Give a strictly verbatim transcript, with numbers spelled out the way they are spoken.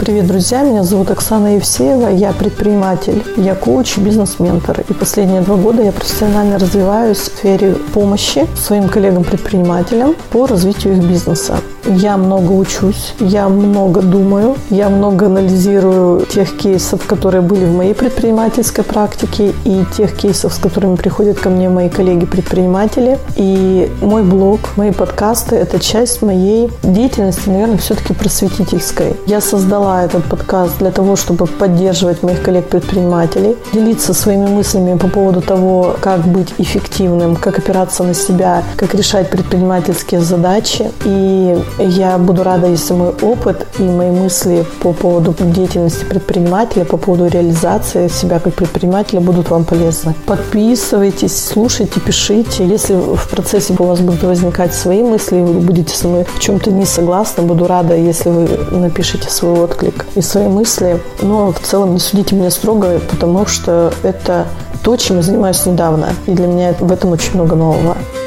Привет, друзья! Меня зовут Оксана Евсеева. Я предприниматель, я коуч и бизнес-ментор. И последние два года я профессионально развиваюсь в сфере помощи своим коллегам-предпринимателям по развитию их бизнеса. Я много учусь, я много думаю, я много анализирую тех кейсов, которые были в моей предпринимательской практике, и тех кейсов, с которыми приходят ко мне мои коллеги-предприниматели. И мой блог, мои подкасты – это часть моей деятельности, наверное, все-таки просветительской. Я создала этот подкаст для того, чтобы поддерживать моих коллег-предпринимателей, делиться своими мыслями по поводу того, как быть эффективным, как опираться на себя, как решать предпринимательские задачи. И я буду рада, если мой опыт и мои мысли по поводу деятельности предпринимателя, по поводу реализации себя как предпринимателя будут вам полезны. Подписывайтесь, слушайте, пишите. Если в процессе у вас будут возникать свои мысли, и вы будете со мной в чем-то не согласны, буду рада, если вы напишите свой отклик и свои мысли. Но в целом не судите меня строго, потому что это то, чем я занимаюсь недавно. И для меня в этом очень много нового.